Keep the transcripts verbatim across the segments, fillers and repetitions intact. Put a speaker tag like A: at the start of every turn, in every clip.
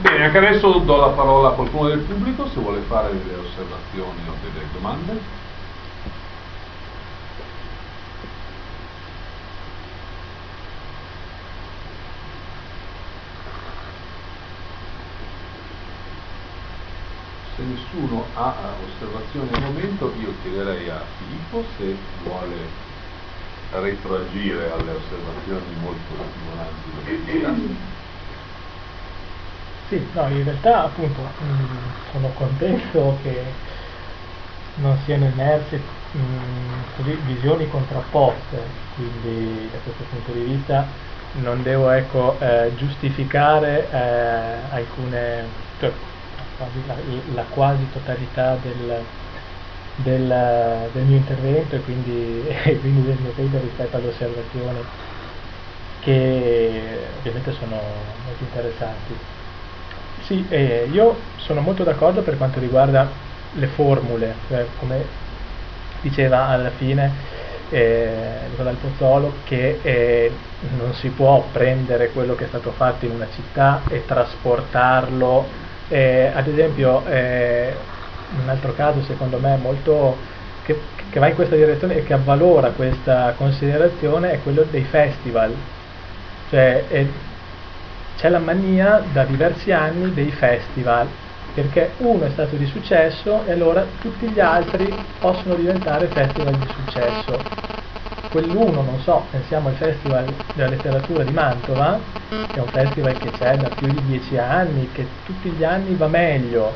A: Bene, anche adesso do la parola a qualcuno del pubblico se vuole fare delle osservazioni o delle domande. Se nessuno ha osservazioni al momento, io chiederei a Filippo se vuole retroagire alle osservazioni molto stimolanti del Luca.
B: Sì, no, in realtà appunto mh, sono contento che non siano emerse mh, così visioni contrapposte, quindi da questo punto di vista non devo ecco, eh, giustificare eh, alcune, cioè, quasi la, la quasi totalità del, del, del mio intervento e quindi, e quindi del mio paper rispetto alle osservazioni che ovviamente sono molto interessanti. Sì, eh, io sono molto d'accordo per quanto riguarda le formule, cioè, come diceva alla fine eh, Nicola Dal Pozzolo, che eh, non si può prendere quello che è stato fatto in una città e trasportarlo, eh, ad esempio eh, un altro caso secondo me molto che, che va in questa direzione e che avvalora questa considerazione è quello dei festival, cioè è, c'è la mania da diversi anni dei festival, perché uno è stato di successo e allora tutti gli altri possono diventare festival di successo. Quell'uno, non so, pensiamo al Festival della Letteratura di Mantova, che è un festival che c'è da più di dieci anni, che tutti gli anni va meglio,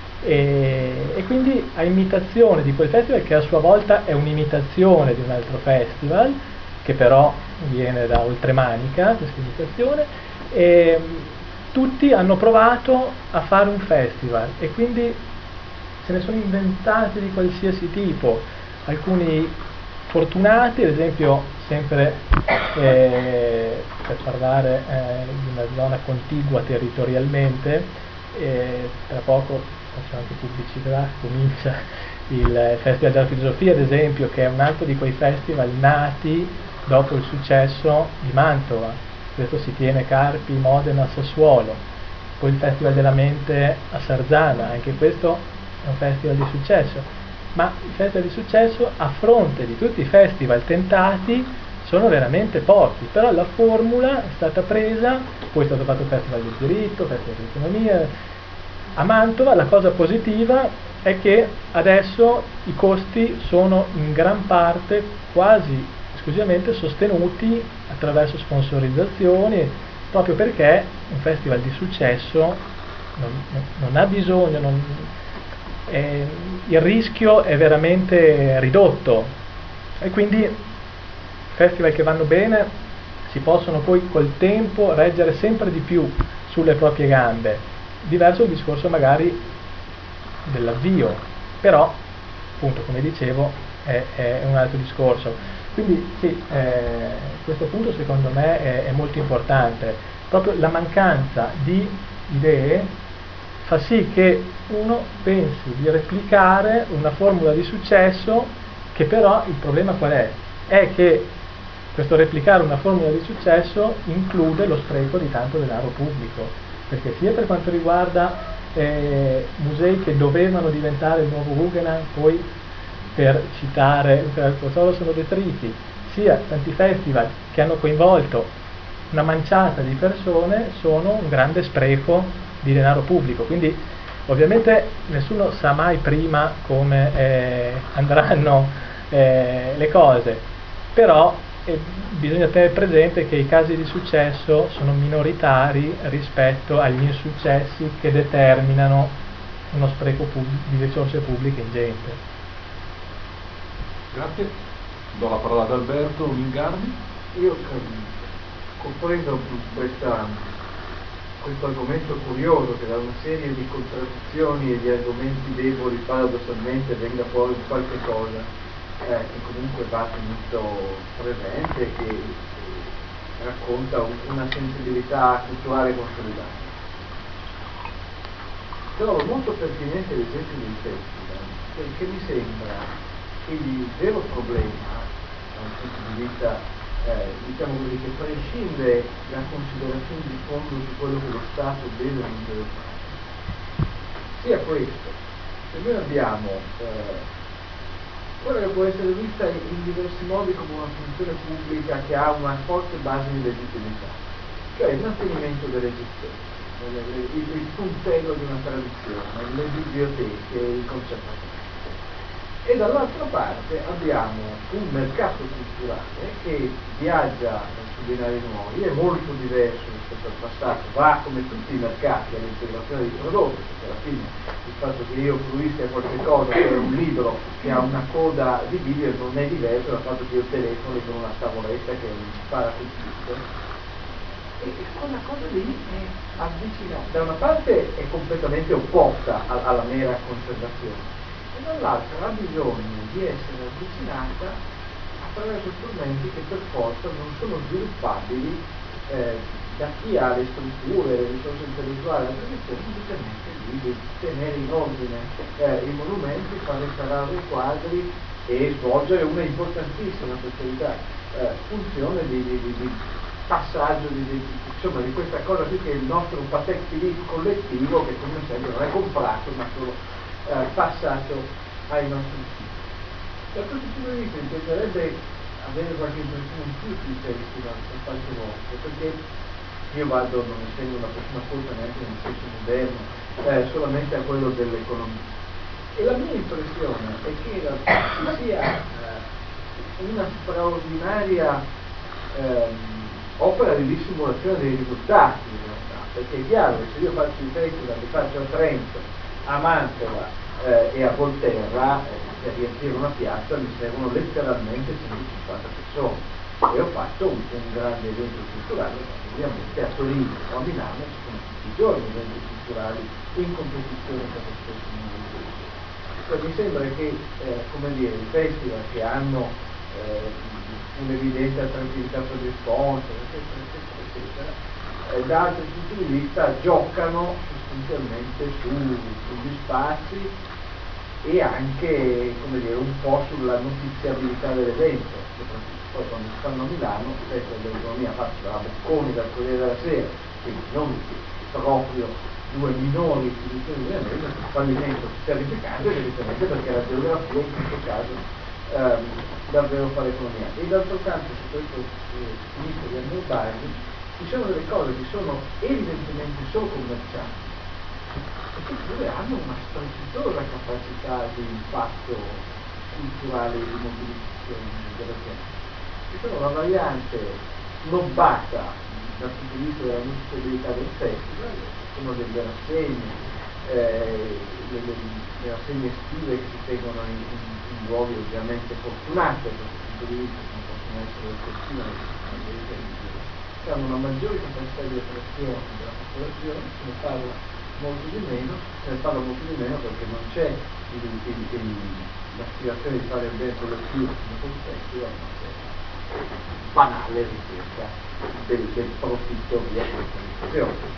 B: e, e quindi a imitazione di quel festival, che a sua volta è un'imitazione di un altro festival, che però viene da oltremanica, questa imitazione, e tutti hanno provato a fare un festival e quindi se ne sono inventati di qualsiasi tipo, alcuni fortunati, ad esempio sempre eh, per parlare eh, di una zona contigua territorialmente, eh, tra poco faccio anche pubblicità, comincia il Festival della Filosofia ad esempio, che è un altro di quei festival nati dopo il successo di Mantova. Questo si tiene Carpi, Modena, Sassuolo, poi il Festival della Mente a Sarzana, anche questo è un festival di successo, ma i festival di successo a fronte di tutti i festival tentati sono veramente pochi, però la formula è stata presa, poi è stato fatto il Festival del Diritto, il Festival dell'Economia. A Mantova la cosa positiva è che adesso i costi sono in gran parte quasi esclusivamente sostenuti attraverso sponsorizzazioni, proprio perché un festival di successo non, non ha bisogno, non, eh, il rischio è veramente ridotto e quindi festival che vanno bene si possono poi col tempo reggere sempre di più sulle proprie gambe. Diverso il discorso magari dell'avvio, però appunto come dicevo è, è un altro discorso. Quindi sì, eh, questo punto secondo me è, è molto importante, proprio la mancanza di idee fa sì che uno pensi di replicare una formula di successo, che però il problema qual è? È che questo replicare una formula di successo include lo spreco di tanto denaro pubblico, perché sia per quanto riguarda eh, musei che dovevano diventare il nuovo Guggenheim, poi per citare Pozzolo sono detriti, sia tanti festival che hanno coinvolto una manciata di persone sono un grande spreco di denaro pubblico, quindi ovviamente nessuno sa mai prima come eh, andranno eh, le cose, però eh, bisogna tenere presente che i casi di successo sono minoritari rispetto agli insuccessi che determinano uno spreco pub- di risorse pubbliche ingente.
A: Grazie. Do la parola ad Alberto Mingardi.
C: Io comprendo questa, questo argomento curioso che da una serie di contraddizioni e di argomenti deboli paradossalmente venga fuori qualche cosa eh, che comunque va tenuto presente e che eh, racconta un, una sensibilità culturale consolidata. Trovo molto pertinente l'esempio dei festival, perché mi sembra che il vero problema, da un punto di vista eh, diciamo così, che prescinde da considerazioni di fondo su quello che lo Stato deve o non deve fare. Sia questo, se noi abbiamo eh, quella che può essere vista in diversi modi come una funzione pubblica che ha una forte base di legittimità, cioè il mantenimento dell'esistenza, il, il puntello di una tradizione, le biblioteche, il conservatorio. E dall'altra parte abbiamo un mercato culturale che viaggia su binari nuovi, è molto diverso rispetto al passato, va come tutti i mercati all'integrazione dei prodotti, perché alla fine il fatto che io fruisca qualche cosa, che è un libro che ha una coda di video, non è diverso dal fatto che io telefoni con una tavoletta che mi spara sul computer. E quella cosa lì è avvicinata, da una parte è completamente opposta a, alla mera conservazione, e dall'altra ha bisogno di essere avvicinata attraverso strumenti che per forza non sono sviluppabili eh, da chi ha le strutture, le risorse intellettuali, la tradizione, semplicemente di tenere in ordine eh, i monumenti, far restaurare i quadri e svolgere una importantissima specialità eh, funzione di, di, di, di passaggio di, di, insomma, di questa cosa qui che è il nostro Patek Philippe collettivo, che come sempre non è comprato ma solo eh, passato ai nostri figli. Da questo punto di vista mi piacerebbe avere qualche impressione in più sui festival per qualche volta, perché io vado, non essendo una persona colta neanche nel senso moderno, eh, solamente a quello dell'economia. E la mia impressione è che in realtà ci sia eh, una straordinaria ehm, opera di dissimulazione dei risultati in realtà, perché è chiaro che se io faccio i festival, li faccio a Trento, a Mantova eh, e a Volterra, eh, per riempire una piazza mi servono letteralmente centocinquanta persone, e ho fatto un, un grande evento culturale, ovviamente a Torino o a Milano ci sono tutti i giorni eventi culturali in competizione per lo stesso numero di persone. Cioè, mi sembra che eh, come dire, i festival che hanno eh, un'evidente attrattività per gli sponsor, eccetera, eccetera, eccetera, eh, da altri punti di vista giocano sostanzialmente su, sugli spazi e anche, come dire, un po' sulla notiziabilità dell'evento, soprattutto poi quando si fanno a Milano, questo è l'economia fatta da Bocconi, dal Corriere della Sera, quindi non proprio due minori istituzioni della media, un fallimento terrificante, evidentemente perché la geografia in questo caso ehm, davvero fa l'economia. E d'altro canto, su questo eh, finisco di andare tardi, ci sono delle cose che sono evidentemente solo commerciali, e che pure hanno una strepitosa capacità di impatto culturale e di mobilitazione della gente. Ci sono la variante snobbata dal punto di vista della notiziabilità del festival, sono delle rassegne, eh, delle, delle rassegne estive che si tengono in, in, in luoghi ovviamente fortunati da questo punto di vista, come possono essere le festive, che hanno una maggiore capacità di attrazione della popolazione, se ne parla molto di meno, se ne parla molto di meno perché non c'è l'aspirazione di fare il bene collettivo come col festival, ma c'è banale ricerca del, del profitto via questa diffusione.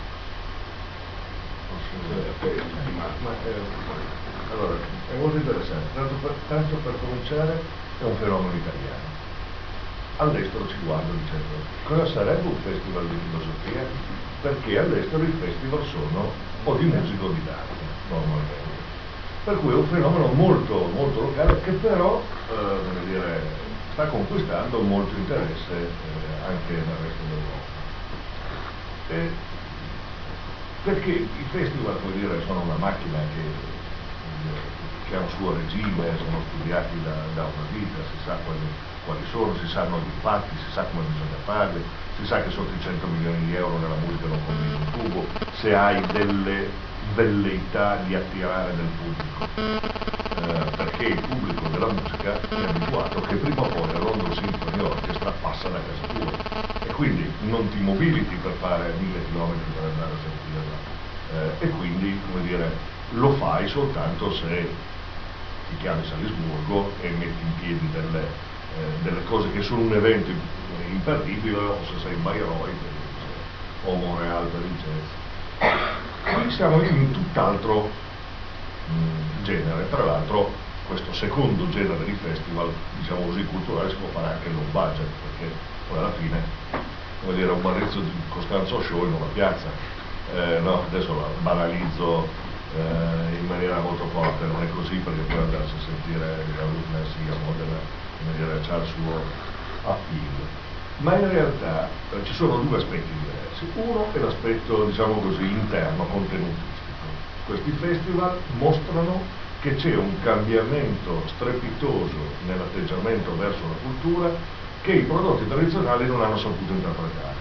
D: Ma, ma eh, allora, è molto interessante, tanto per, tanto per cominciare è un fenomeno italiano. All'estero ci guardo dicendo cosa sarebbe un festival di filosofia, perché all'estero i festival sono o di musica o di danza normalmente, per cui è un fenomeno molto, molto locale che però eh, come dire, sta conquistando molto interesse eh, anche nel resto d'Europa. Eh, perché i festival, come dire, sono una macchina che, che ha un suo regime, sono studiati da, da una vita, si sa quali, quali sono, si sanno gli impatti, si sa come bisogna farli, si sa che sotto i cento milioni di euro nella musica non conviene un tubo, se hai delle velleità di attirare del pubblico, eh, perché il pubblico della musica è abituato che prima o poi la London Symphony Orchestra passa da casa tua, e quindi non ti mobiliti per fare mille chilometri per andare a sentirla, eh, e quindi, come dire, lo fai soltanto se ti chiami Salisburgo e metti in piedi delle, eh, delle cose che sono un evento imperdibile, o se sei in Bayreuth o Montreal per il jazz. Qui siamo in un tutt'altro mh, genere. Tra l'altro questo secondo genere di festival, diciamo così, culturale, si può fare anche low budget, perché poi alla fine, come dire, un Maurizio di Costanzo Show in una piazza, eh, no, adesso la banalizzo eh, in maniera molto forte, non è così, perché poi andarsi a sentire la Rutness, come dire, c'ha il suo appeal. Ma in realtà eh, ci sono due aspetti diversi. Uno è l'aspetto, diciamo così, interno, contenutistico. Questi festival mostrano che c'è un cambiamento strepitoso nell'atteggiamento verso la cultura che i prodotti tradizionali non hanno saputo interpretare.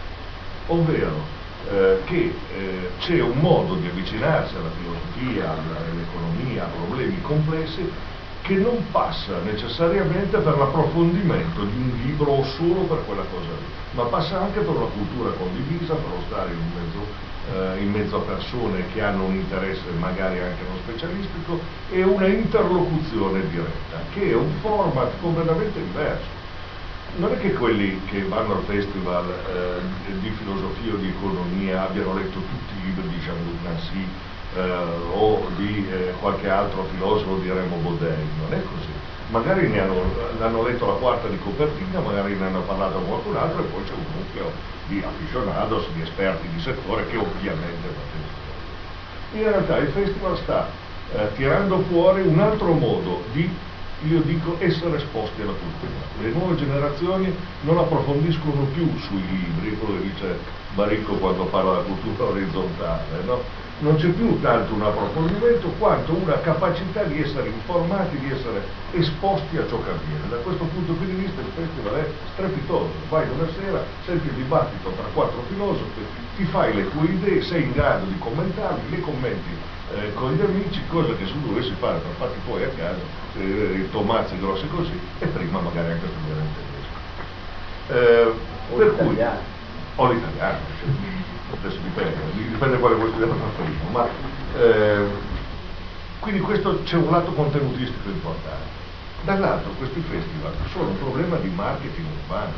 D: Ovvero eh, che eh, c'è un modo di avvicinarsi alla filosofia, all'economia, a problemi complessi che non passa necessariamente per l'approfondimento di un libro o solo per quella cosa lì, ma passa anche per una cultura condivisa, per lo stare in mezzo, eh, in mezzo a persone che hanno un interesse magari anche non specialistico e una interlocuzione diretta, che è un format completamente diverso. Non è che quelli che vanno al festival eh, di filosofia o di economia abbiano letto tutti i libri di Jean-Luc Nancy eh, o di eh, qualche altro filosofo di Remo Bodei, non è così. Magari ne hanno, hanno letto la quarta di copertina, magari ne hanno parlato con qualcun altro e poi c'è un nucleo di aficionados, di esperti di settore che ovviamente partecipano. In realtà il festival sta eh, tirando fuori un altro modo di, io dico, essere esposti alla cultura. Le nuove generazioni non approfondiscono più sui libri, quello che dice Baricco quando parla della cultura orizzontale, no? Non c'è più tanto un approfondimento quanto una capacità di essere informati, di essere esposti a ciò che avviene. Da questo punto di vista il festival è strepitoso. Vai una sera, senti il dibattito tra quattro filosofi, ti fai le tue idee, sei in grado di commentarli, le commenti eh, con gli amici, cosa che se dovessi fare per fatti tuoi a casa, eh, i tomazzi grossi così, e prima magari anche studiare in tedesco. Eh,
C: O
D: per
C: l'italiano.
D: Cui, o l'italiano, cioè, adesso dipende, dipende quale vuoi studiare per primo, ma eh, quindi questo c'è un lato contenutistico importante. Dall'altro questi festival sono un problema di marketing urbano,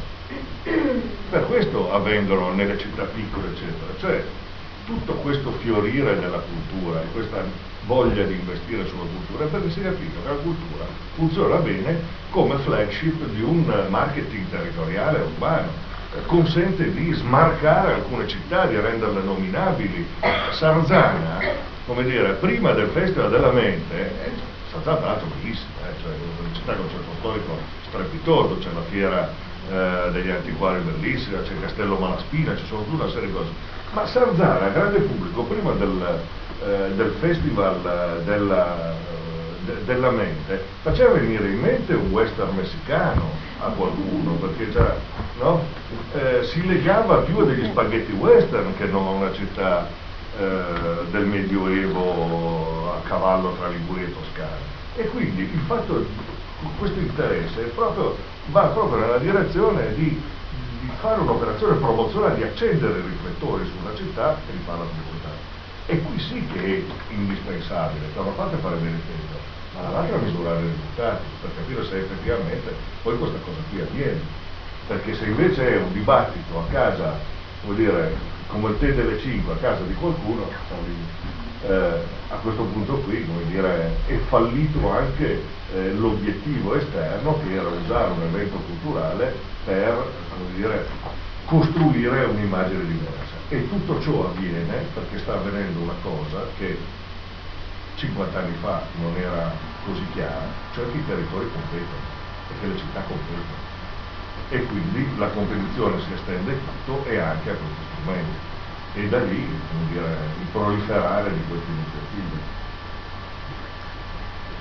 D: per questo avvengono nelle città piccole eccetera, cioè tutto questo fiorire della cultura e questa voglia di investire sulla cultura è perché si è capito che la cultura funziona bene come flagship di un marketing territoriale urbano, consente di smarcare alcune città, di renderle nominabili. Sarzana, come dire, prima del Festival della Mente, è stata tra l'altro bellissima, eh? Cioè una città con un centro storico strepitoso, c'è la fiera eh, degli antiquari bellissima, c'è il Castello Malaspina, ci sono tutta una serie di cose. Ma Sarzana, grande pubblico, prima del, eh, del Festival eh, della, eh, de, della Mente, faceva venire in mente un western messicano a qualcuno, perché già no? eh, si legava più a degli spaghetti western che non a una città eh, del Medioevo a cavallo tra Liguria e Toscana. E quindi il fatto, questo interesse è proprio, va proprio nella direzione di, di fare un'operazione promozionale, di accendere i riflettori sulla città e di farla più importante. E qui sì che è indispensabile, da una parte fare bene il festival, ma dall'altra misurare i risultati, per capire se effettivamente poi questa cosa qui avviene. Perché se invece è un dibattito a casa, vuol dire, come il tè delle cinque a casa di qualcuno, eh, a questo punto qui, come dire, è fallito anche eh, l'obiettivo esterno che era usare un evento culturale per, come dire, costruire un'immagine diversa. E tutto ciò avviene perché sta avvenendo una cosa che cinquanta anni fa non era così chiara, cioè che i territori competono e che le città competono. E quindi la competizione si estende tutto e anche a questi strumenti. E da lì, come dire, il proliferare di questi